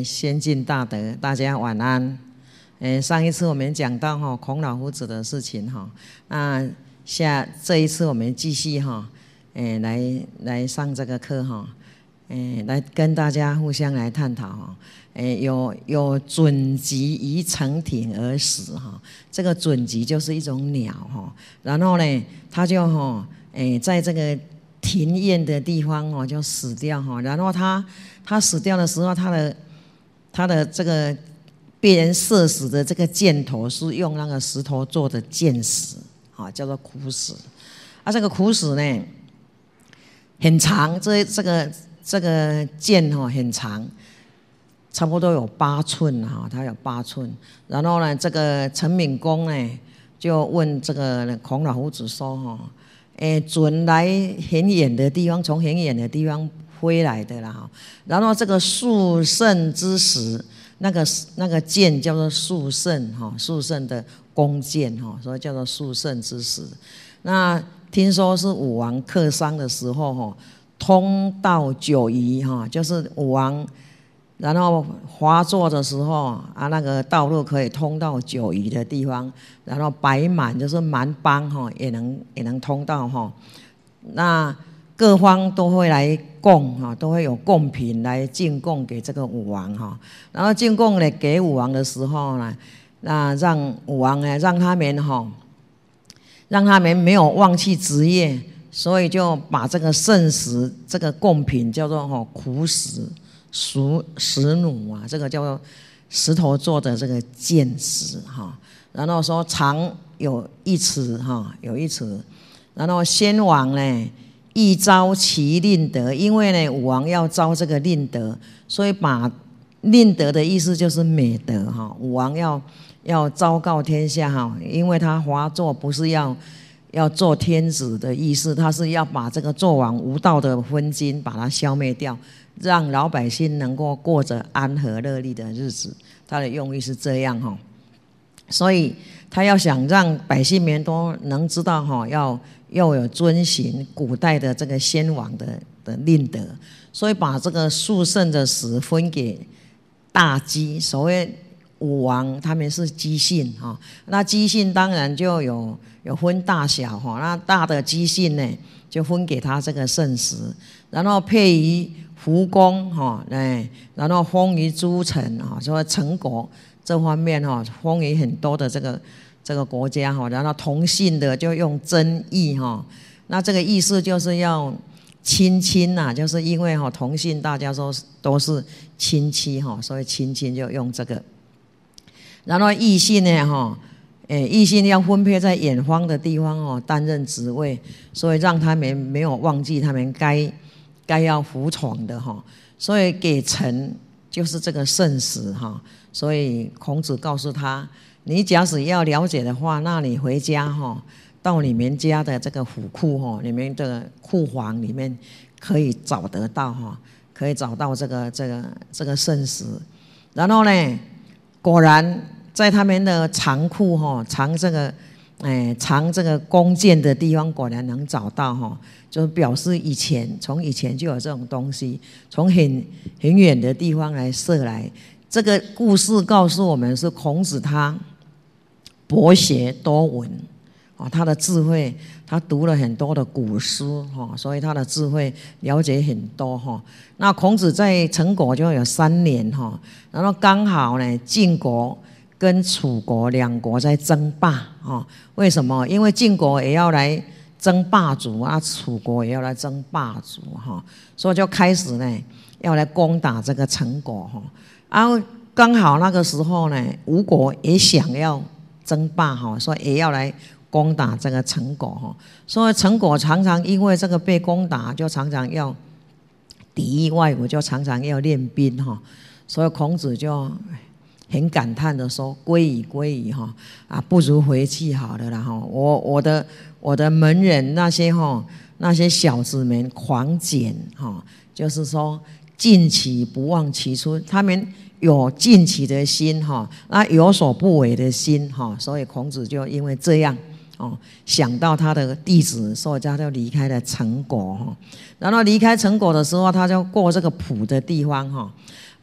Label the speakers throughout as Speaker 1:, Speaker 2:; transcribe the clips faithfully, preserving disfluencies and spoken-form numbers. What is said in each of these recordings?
Speaker 1: 先进大德，大家晚安。诶，上一次我们讲到哈孔老夫子的事情哈，那下这一次我们继续哈，诶来来上这个课哈，诶来跟大家互相来探讨哈。诶，有有准极于成庭而死哈，这个准极就是一种鸟哈，然后呢，它就哈，诶在这个庭院的地方哦，就死掉哈。然后他他死掉的时候，他的他的这个被人射死的这个箭头是用那个石头做的箭矢啊，叫做苦矢。啊，这个苦矢呢很长，这这个这个箭哈很长，差不多有八寸哈，它有八寸。然后呢，这个陈敏公呢就问这个孔老夫子说哈。诶，准来很远的地方，从很远的地方飞来的啦哈。然后这个速胜之时，那个那个箭叫做速胜哈，速胜的弓箭哈，所以叫做速胜之时。那听说是武王克商的时候哈，通到九夷哈，就是武王。然后华坐的时候啊，那个道路可以通到九夷的地方，然后白蛮就是蛮邦哈，也能也能通到哈。那各方都会来供哈，都会有贡品来进贡给这个武王哈。然后进贡呢给武王的时候呢，那让武王呢让他们哈，让他们没有忘记职业，所以就把这个圣食这个贡品叫做哈苦食。石石弩啊，这个叫做石头做的这个箭矢哈，然后说长有一尺哈，有一尺，然后先王呢亦招其令德，因为呢武王要招这个令德，所以把令德的意思就是美德哈，武王要要昭告天下哈，因为他华祚不是要要做天子的意思，他是要把这个纣王无道的昏君把它消灭掉。让老百姓能够过着安和乐利的日子，他的用意是这样哈，所以他要想让百姓们都能知道哈，要要有遵循古代的这个先王的的令德，所以把这个速胜的时分给大姬，所谓武王他们是姬姓哈，那姬姓当然就有有分大小哈，那大的姬姓呢就分给他这个圣食，然后配于福功哈，哎，然后封于诸城哈，说成国这方面哈，封于很多的这个这个国家哈，然后同姓的就用真义哈，那这个意思就是要亲亲呐，就是因为哈同姓大家说都是亲戚哈，所以亲亲就用这个。然后异姓呢哈，诶，异姓要分配在远方的地方哦，担任职位，所以让他们没有忘记他们该。该要服从的哈，所以给臣就是这个圣食哈。所以孔子告诉他，你假使要了解的话，那你回家哈，到你们家的这个府库哈，你们的库房里面可以找得到哈，可以找到这个这个这个圣食。然后呢，果然在他们的藏库哈，藏这个。哎，藏这个弓箭的地方果然能找到哈，就表示以前从以前就有这种东西，从很很远的地方来射来。这个故事告诉我们，是孔子他博学多闻啊，他的智慧，他读了很多的古书哈，所以他的智慧了解很多哈。那孔子在成国就有三年哈，然后刚好呢晋国。跟楚国两国在争霸哦，为什么？因为晋国也要来争霸主啊，楚国也要来争霸主哈，所以就开始呢要来攻打这个陈国哈。然后刚好那个时候呢，吴国也想要争霸哈，所以也要来攻打这个陈国哈。所以陈国常常因为这个被攻打，就常常要抵御外国，就常常要练兵哈。所以孔子就。很感叹的说：“归矣，归矣哈啊，不如回去好了啦哈！我我的我的门人那些哈那些小子们狂简哈，就是说尽其不忘其初，他们有尽其的心哈，那有所不为的心哈，所以孔子就因为这样哦，想到他的弟子，所以他就离开了陈国哈。然后离开陈国的时候，他就过这个濮的地方哈。”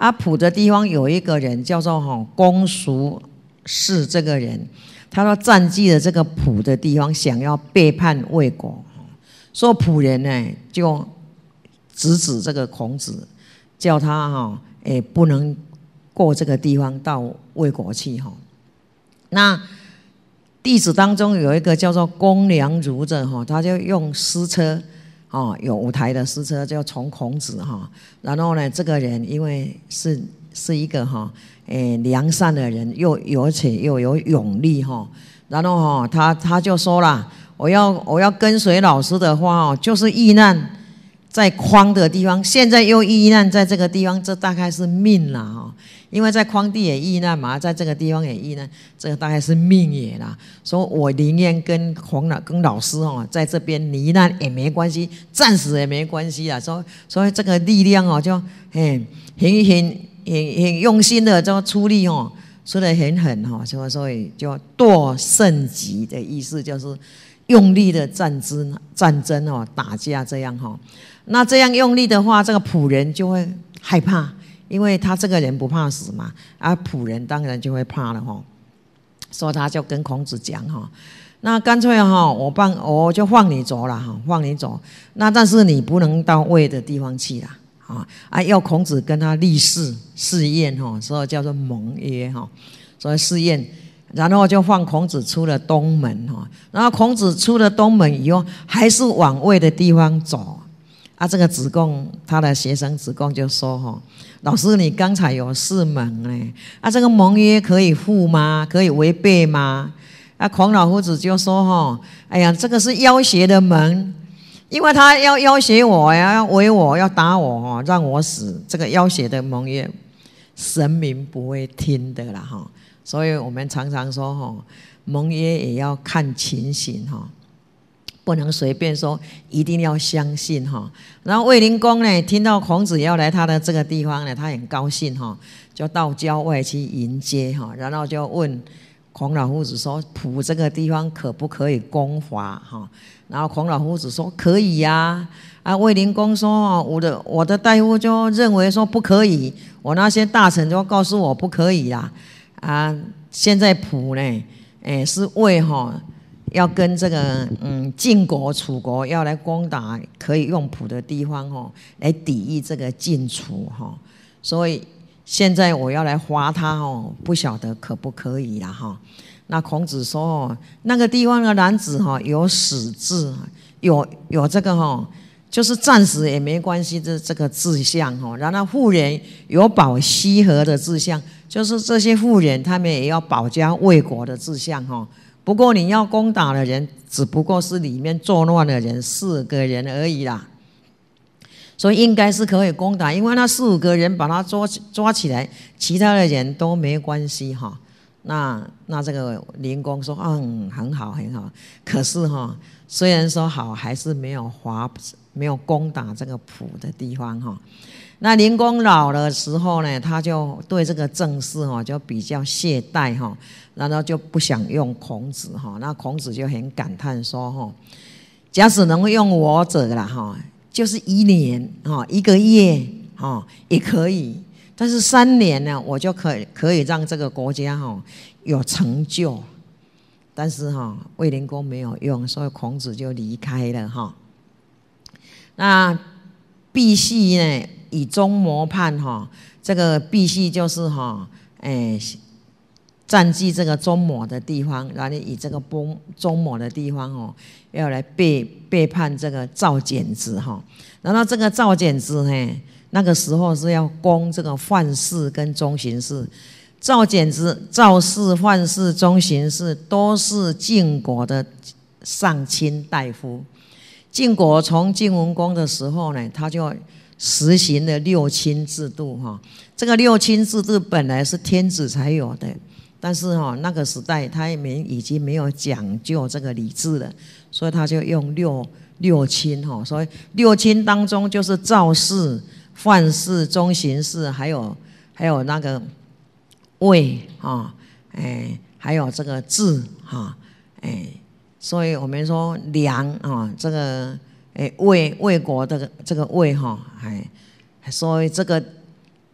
Speaker 1: 啊，卜的地方有一个人叫做哈公叔氏，这个人他说占据了这个卜的地方，想要背叛魏国，所以卜人呢就直指这个孔子，叫他哈诶不能过这个地方到魏国去哈。那弟子当中有一个叫做公良如的哈，他就用丝车哦，有五台的丝车，就从孔子哈。然后呢，这个人因为是是一个哈诶良善的人，又而且又有勇力哈。然后哈，他他就说了，我要我要跟随老师的话哦，就是遇难在匡的地方，现在又遇难在这个地方，这大概是命啦哈。因为在匡地也遇难嘛，在这个地方也遇难，这个大概是命也啦。所以我宁愿跟孔老跟老师哦，在这边罹难也没关系，战死也没关系啦。所以所以这个力量哦，就很很很很很用心的就出力哦，出得很狠哈。所以所以就堕圣极的意思，就是用力的战争战争哦，打架这样哈。那这样用力的话，这个仆人就会害怕。因为他这个人不怕死嘛，啊，仆人当然就会怕了哈，所以他就跟孔子讲哈，那干脆哈，我放我就放你走了哈，放你走，那但是你不能到魏的地方去啦，啊啊，要孔子跟他立誓誓宴哈，所以叫做盟约哈，所以誓宴，然后就放孔子出了东门哈，然后孔子出了东门以后，还是往魏的地方走。啊，这个子贡他的学生子贡就说哈，老师你刚才有誓盟呢，啊这个盟约可以负吗？可以违背吗？啊孔老夫子就说哈，哎呀这个是要挟的盟，因为他要要挟我呀，要围我，要打我哈，让我死，这个要挟的盟约，神明不会听的啦哈，所以我们常常说哈，盟约也要看情形哈。不能随便说，一定要相信哈。然后卫灵公呢，听到孔子要来他的这个地方呢，他很高兴哈，就到郊外去迎接哈。然后就问孔老夫子说：“卜这个地方可不可以攻伐？”哈。然后孔老夫子说：“可以呀。”啊，卫灵公说：“我的我的大夫就认为说不可以，我那些大臣就告诉我不可以啦。啊，现在卜呢，哎是为哈。”要跟这个嗯晋国、楚国要来攻打可以用卜的地方哦，来抵御这个晋楚哈，所以现在我要来伐他哦，不晓得可不可以啦哈。那孔子说哦，那个地方的男子哈有死志，有有这个哈，就是战死也没关系的这个志向哈。然后妇人有保羲和的志向，就是这些妇人他们也要保家卫国的志向哈。不过你要攻打的人，只不过是里面作乱的人四个人而已啦，所以应该是可以攻打，因为那四五个人把他抓抓起来，其他的人都没关系哈。那那这个灵公说，嗯，很好很好，可是哈，虽然说好，还是没有划没有攻打这个卜的地方哈。那灵公老的时候呢，他就对这个政事哈就比较懈怠哈，然后就不想用孔子哈。那孔子就很感叹说哈，假使能用我者啦哈，就是一年哈一个月哈也可以，但是三年呢，我就可以可以让这个国家哈有成就。但是哈卫灵公没有用，所以孔子就离开了哈。那荜屃呢？以中谋叛哈，这个荜屃就是哈，哎，占据这个中牟的地方，然后以这个中中牟的地方哦，要来背背叛这个赵简子哈。然后这个赵简子呢，那个时候是要攻这个范氏跟中行氏。赵简子、赵氏、范氏、中行氏都是晋国的上卿大夫。晋国从晋文公的时候呢，他就实行了六卿制度哈，这个六卿制度本来是天子才有的，但是哈那个时代他们已经没有讲究这个礼制了，所以他就用六六卿哈，所以六卿当中就是赵氏、范氏、中行氏，还有还有那个魏哈，哎，还有这个智哈，哎，所以我们说梁啊，这个。哎，魏魏国的这个魏哈，哎，所以这个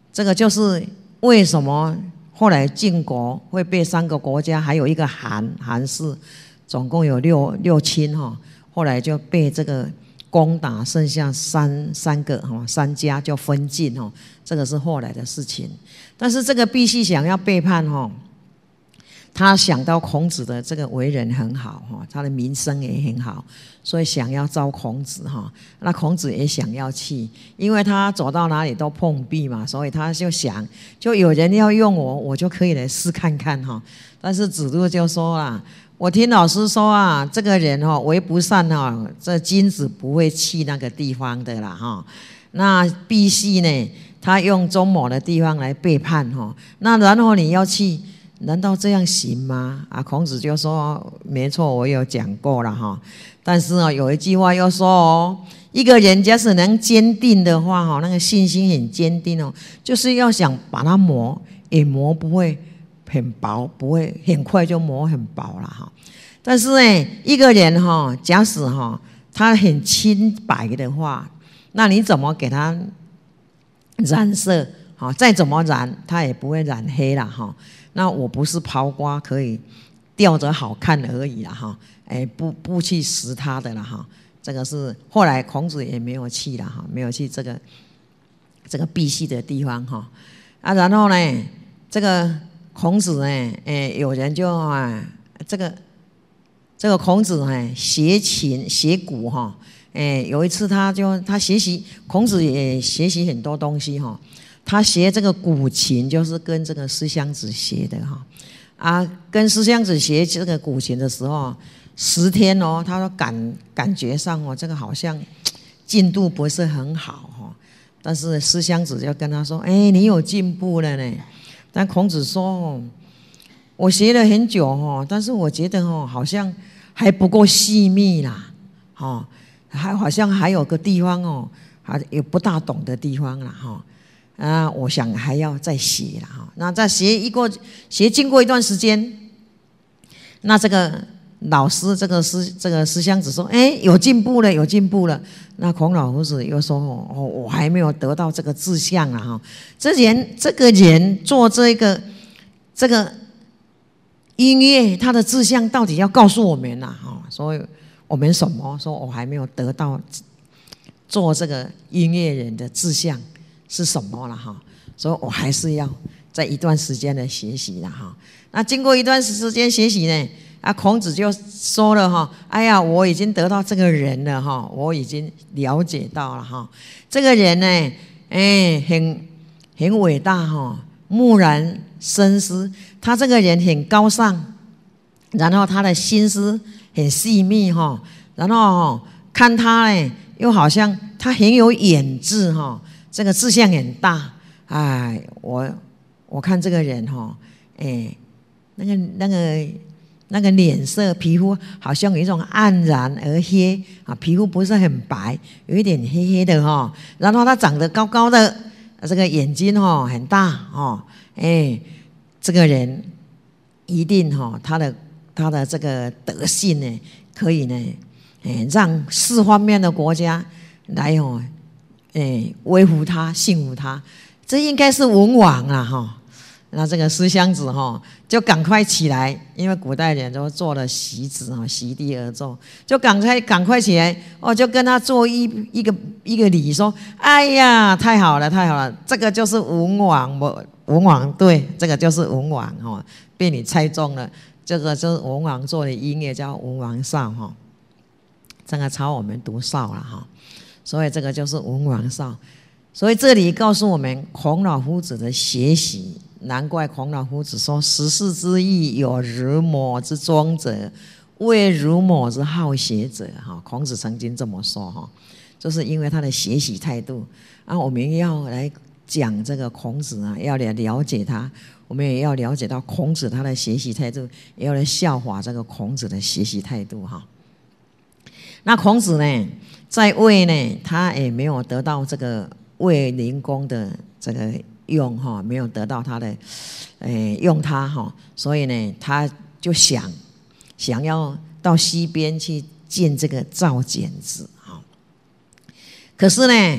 Speaker 1: 这个就是为什么后来晋国会被三个国家，还有一个韩韩氏，总共有六六亲哈，后来就被这个攻打，剩下三三个哈三家就分晋哈，这个是后来的事情。但是这个赑屃想要背叛哈。他想到孔子的这个为人很好哈，他的名声也很好，所以想要招孔子哈。那孔子也想要去，因为他走到哪里都碰壁嘛，所以他就想，就有人要用我，我就可以来试看看哈。但是子路就说啦，我听老师说啊，这个人哈为不善哈，这君子不会去那个地方的啦哈。那赑屃呢，他用中某的地方来背叛哈，那然后你要去。难道这样行吗？啊，孔子就说：“没错，我有讲过了哈。但是哦，有一句话又说哦，一个人假使能坚定的话哈，那个信心很坚定哦，就是要想把它磨，也磨不会很薄，不会很快就磨很薄了哈。但是呢，一个人哈，假使哈他很清白的话，那你怎么给他染色？好，再怎么染，他也不会染黑了哈。”那我不是刨瓜可以吊着好看而已啦哈，哎不不去食他的啦哈，这个是后来孔子也没有去啦哈，没有去这个这个赑屃的地方哈啊，然后呢，这个孔子呢，哎有人就啊这个这个孔子哎学琴学鼓哈，哎有一次他就他学习孔子也学习很多东西哈。他学这个古琴，就是跟这个思襄子学的哈，啊，跟思襄子学这个古琴的时候，十天哦，他说感感觉上哦，这个好像进度不是很好哈，但是思襄子就跟他说，哎，你有进步了呢。但孔子说，哦，我学了很久哈，但是我觉得哦，好像还不够细密啦，哦，还好像还有个地方哦，还有不大懂的地方啦哈。啊，我想还要再学了哈。那再学一过学经过一段时间，那这个老师这个思这个思襄子说，哎，有进步了，有进步了。那孔老夫子又说，哦，我还没有得到这个志向啊哈。这人这个人做这个这个音乐，他的志向到底要告诉我们呐哈。所以我们什么说我还没有得到做这个音乐人的志向。是什么了哈？所以我还是要在一段时间的学习了哈。那经过一段时间学习呢，啊，孔子就说了哈，哎呀，我已经得到这个人了哈，我已经了解到了哈，这个人呢，哎，很很伟大哈，木然深思，他这个人很高尚，然后他的心思很细密哈，然后看他呢，又好像他很有眼智哈。这个志向很大，哎，我我看这个人哈，哎，那个那个那个脸色皮肤好像有一种暗然而黑啊，皮肤不是很白，有一点黑黑的哈。然后他长得高高的，这个眼睛哈很大哈，哎，这个人一定哈，他的他的这个德性呢，可以呢，哎，让四方面的国家来哦。哎，威服他，信服他，这应该是文王啊哈。那这个思襄子哈，就赶快起来，因为古代人都做了席子哈，席地而坐，就赶快赶快起来哦，就跟他做一一个一个礼，说：哎呀，太好了，太好了，这个就是文王，文王对，这个就是文王哈，被你猜中了，这个就是文王做的音乐叫文王哨哈，这个抄我们读哨了哈。所以这个就是文王哨，所以这里告诉我们孔老夫子的学习，难怪孔老夫子说：十世之义，有如某之忠者，未如某之好学者。哈，孔子曾经这么说哈，就是因为他的学习态度啊。我们要来讲这个孔子啊，要来了解他，我们也要了解到孔子他的学习态度，也要来效法这个孔子的学习态度哈。那孔子呢？在魏呢，他也没有得到这个卫灵公的这个用哈，没有得到他的，诶用他哈，所以呢，他就想想要到西边去见这个赵简子哈。可是呢，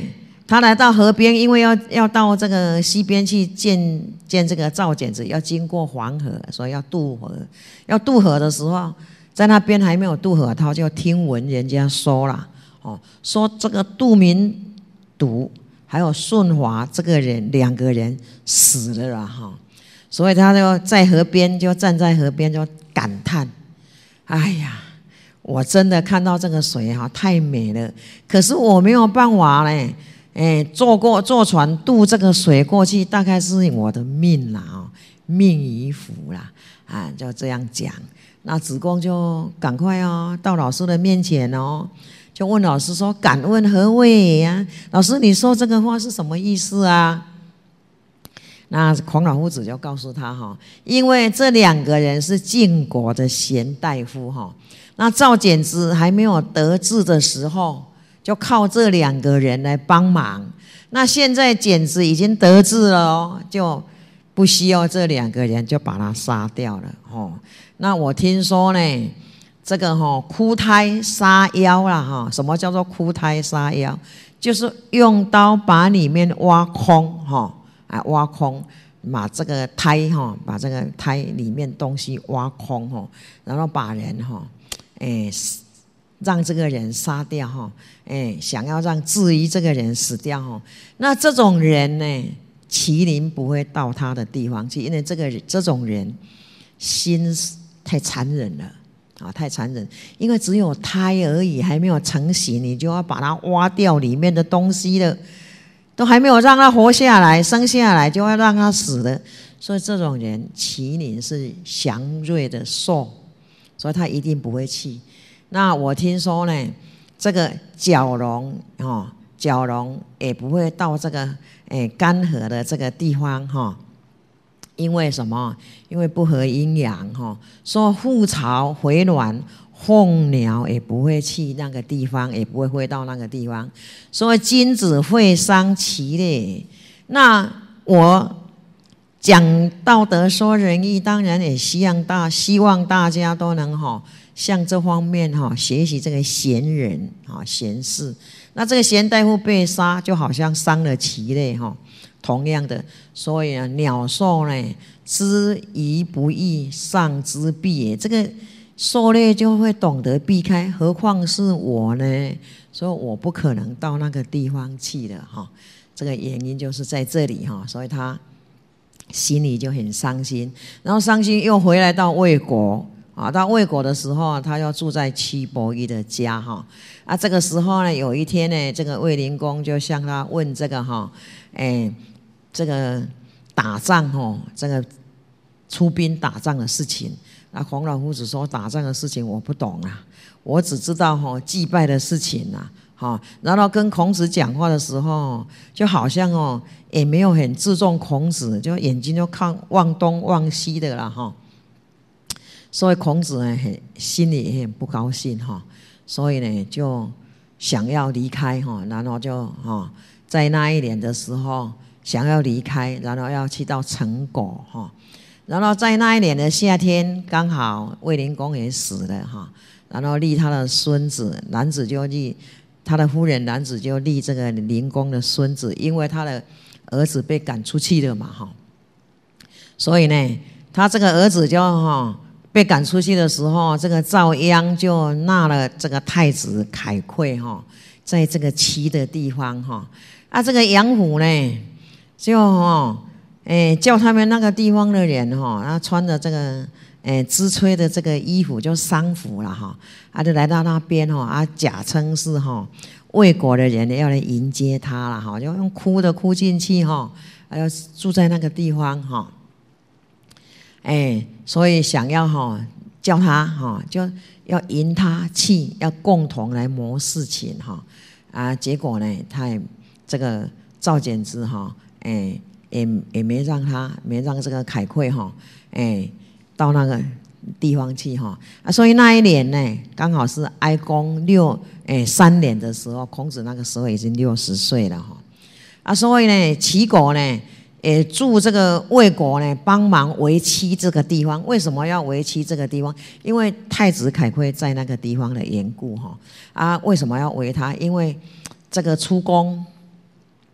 Speaker 1: 他来到河边，因为要要到这个西边去见见这个赵简子，要经过黄河，所以要渡河。要渡河的时候，在那边还没有渡河，他就听闻人家说了，哦，说这个杜明笃还有顺华这个人两个人死了啦，哈，所以他就在河边，就站在河边就感叹：哎呀，我真的看到这个水哈太美了，可是我没有办法嘞。哎，坐过坐船渡这个水过去，大概是我的命啦，哦，命已符啦，啊，就这样讲。那子贡就赶快哦，到老师的面前哦，就问老师说：“敢问何谓呀？老师，你说这个话是什么意思啊？”那孔老夫子就告诉他哈，因为这两个人是晋国的贤大夫哈，那赵简之还没有得志的时候，就靠这两个人来帮忙。那现在简直已经得志了哦，就不需要这两个人，就把他杀掉了哦。那我听说呢，这个哈、哦、枯胎杀妖啦哈，什么叫做枯胎杀妖？就是用刀把里面挖空哈，啊挖空，把这个胎哈，把这个胎里面东西挖空哈，然后把人哈，哎。让这个人杀掉哈，哎，想要让至于这个人死掉哈，那这种人呢，麒麟不会到他的地方去，因为这个这种人心太残忍了啊，太残忍。因为只有胎而已，还没有成型，你就要把它挖掉里面的东西了，都还没有让他活下来、生下来，就要让他死了。所以这种人，麒麟是祥瑞的兽，所以他一定不会去。那我听说呢，这个蛟龙哦，蛟龙也不会到这个诶干涸的这个地方哈、哦，因为什么？因为不合阴阳哈。说覆巢回卵，凤鸟也不会去那个地方，也不会飞到那个地方。所以君子会伤其类。那我讲道德说仁义，当然也希望大希望大家都能哈、哦。向这方面哈学习这个贤人啊贤士，那这个贤大夫被杀，就好像伤了其类哈。同样的，所以啊，鸟兽呢，知宜不易，上之必也。这个兽类就会懂得避开，何况是我呢？所以我不可能到那个地方去的哈。这个原因就是在这里哈，所以他心里就很伤心，然后伤心又回来到魏国。啊，到魏国的时候，他要住在屈伯夷的家哈。啊，这个时候呢，有一天呢，这个卫灵公就向他问这个哈，哎，这个打仗哈，这个出兵打仗的事情。那孔老夫子说，打仗的事情我不懂啊，我只知道哈祭拜的事情啊。哈，然后跟孔子讲话的时候，就好像哦，也没有很注重孔子，就眼睛就看望东望西的啦哈。所以孔子呢，很心里也很不高兴哈，所以呢就想要离开哈，然后就哈，在那一年的时候想要离开，然后要去到成果哈，然后在那一年的夏天，刚好卫灵公也死了哈，然后立他的孙子，男子就立他的夫人，男子就立这个灵公的孙子，因为他的儿子被赶出去了嘛哈，所以呢，他这个儿子就哈。被赶出去的时候，这个赵鞅就纳了这个太子凯馈哈，在这个齐的地方哈。啊，这个杨虎呢，就哈，哎，叫他们那个地方的人哈，他穿着这个哎织吹的这个衣服，就丧服了哈。啊，就来到那边哈，啊，假称是哈魏国的人要来迎接他了哈，就用哭的哭进去哈，还要住在那个地方哈。哎，所以想要哈叫他哈，就要引他去，要共同来谋事情哈啊！结果呢，他也这个赵简之哈，哎也也没让他，没让这个凯馈哈，哎到那个地方去哈啊！所以那一年呢，刚好是哀公六哎三年的时候，孔子那个时候已经六十岁了哈啊！所以呢，齐国呢。也助这个魏国呢帮忙为妻这个地方。为什么要为妻这个地方？因为太子凯馈在那个地方的缘故哈啊。为什么要为他？因为这个出宫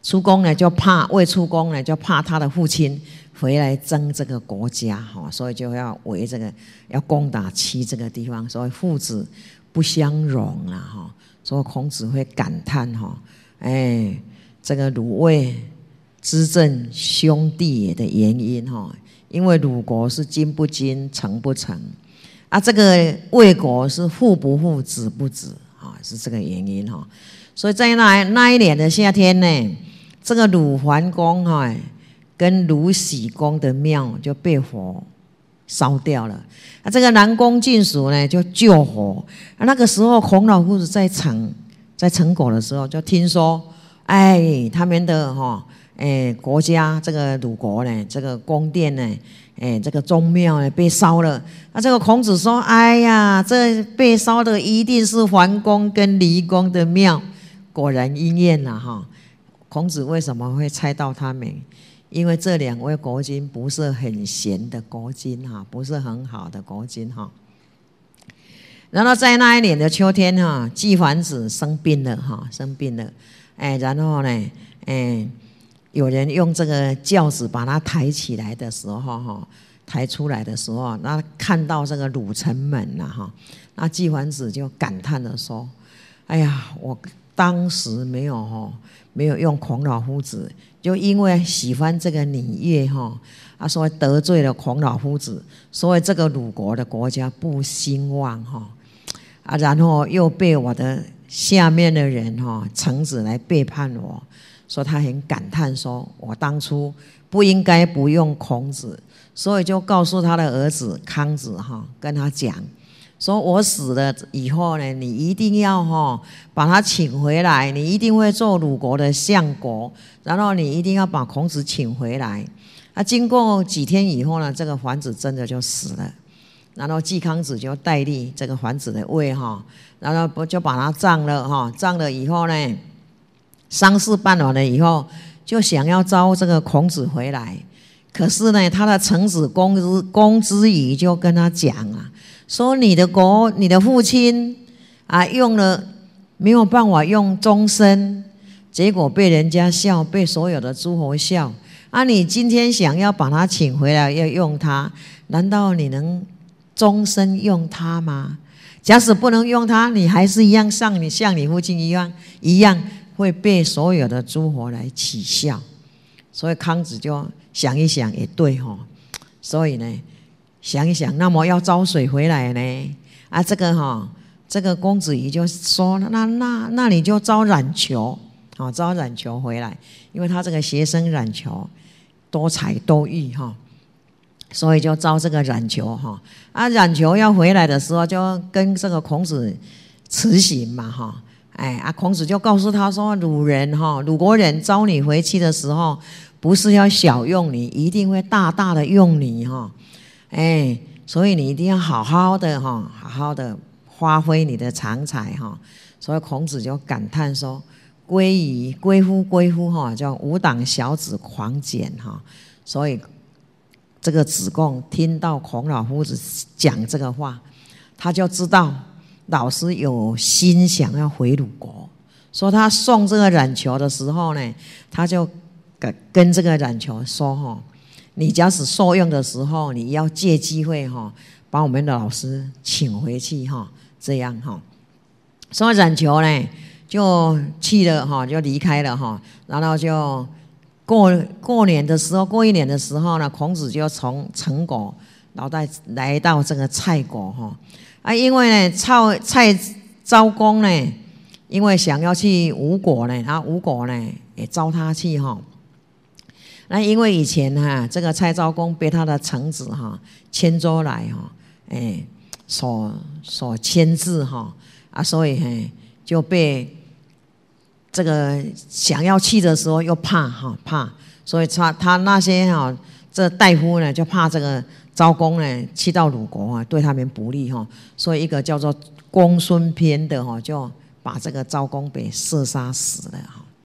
Speaker 1: 出公呢就怕魏出公呢就怕他的父亲回来争这个国家哈，所以就要围这个要攻打七这个地方，所以父子不相容啊哈。所以孔子会感叹哈，哎，这个鲁卫之正兄弟也的原因哈，因为鲁国是君不君，臣不臣啊，这个魏国是父不父，子不子啊，是这个原因哈。所以在那那一年的夏天呢，这个鲁桓公哈跟鲁僖公的庙就被火烧掉了。啊，这个南宫敬叔呢就救火。啊，那个时候孔老夫子在成在成果的时候，就听说，哎，他们的哈，哎，国家这个鲁国呢，这个宫殿呢，哎，这个宗庙呢被烧了。啊，这个孔子说，哎呀，这被烧的一定是桓公跟离公的庙。果然应验了哈。孔子为什么会猜到他们？因为这两位国君不是很贤的国君哈，不是很好的国君哈。然后在那一年的秋天哈，季桓子生病了哈，生病了，哎，然后呢，哎，有人用这个轿子把他抬起来的时候哈，抬出来的时候，那看到这个鲁城门了哈，那季桓子就感叹地说：“哎呀，我当时没有哈。”没有用孔老夫子，就因为喜欢这个礼乐哈，啊，所以得罪了孔老夫子，所以这个鲁国的国家不兴旺哈，啊，然后又被我的下面的人哈臣子来背叛我，所以他很感叹说，我当初不应该不用孔子，所以就告诉他的儿子康子哈，跟他讲。说我死了以后呢，你一定要哈把他请回来，你一定会做鲁国的相国，然后你一定要把孔子请回来。啊，经过几天以后呢，这个桓子真的就死了，然后季康子就代立这个桓子的位哈，然后不就把他葬了哈，葬了以后呢，丧事办完了以后，就想要招这个孔子回来，可是呢，他的臣子公之公之仪就跟他讲啊。说你的国，你的父亲啊，用了没有办法用终身，结果被人家笑，被所有的诸侯笑。啊，你今天想要把他请回来，要用他，难道你能终身用他吗？假使不能用他，你还是一样像你像你父亲一样，一样会被所有的诸侯来取笑。所以康子就想一想，也对哈。所以呢。想一想，那么要招谁回来呢？啊，这个哈、哦，这个公子仪就说，那那那你就招冉求，好、哦，招冉求回来，因为他这个学生冉求多才多艺哈、哦，所以就招这个冉求哈。啊，冉求要回来的时候，就跟这个孔子辞行嘛哈。哎啊，孔子就告诉他说，鲁人哈，鲁国人招你回去的时候，不是要小用你，一定会大大的用你哈。哎，所以你一定要好好的哈，好好的发挥你的长才哈。所以孔子就感叹说：“归于归乎归乎哈，叫吾党小子狂简哈。”所以这个子贡听到孔老夫子讲这个话，他就知道老师有心想要回鲁国。说他送这个冉求的时候呢，他就跟跟这个冉求说哈。你假使受用的时候，你要借机会哈，把我们的老师请回去哈，这样哈。所以冉求呢就去了哈，就离开了哈。然后就过过年的时候，过一年的时候呢，孔子就从陈国然后再来到这个蔡国哈。啊，因为呢蔡蔡昭公呢，因为想要去吴国呢，然后吴国呢也招他去哈。那因为以前哈，这个蔡昭公被他的臣子哈迁州来哈，哎，所所牵制哈啊，所以嘿就被这个想要去的时候又怕哈怕，所以他他那些哈这大夫呢就怕这个昭公呢去到鲁国啊对他们不利哈，所以一个叫做公孙篇的哈就把这个昭公给射杀死了哈。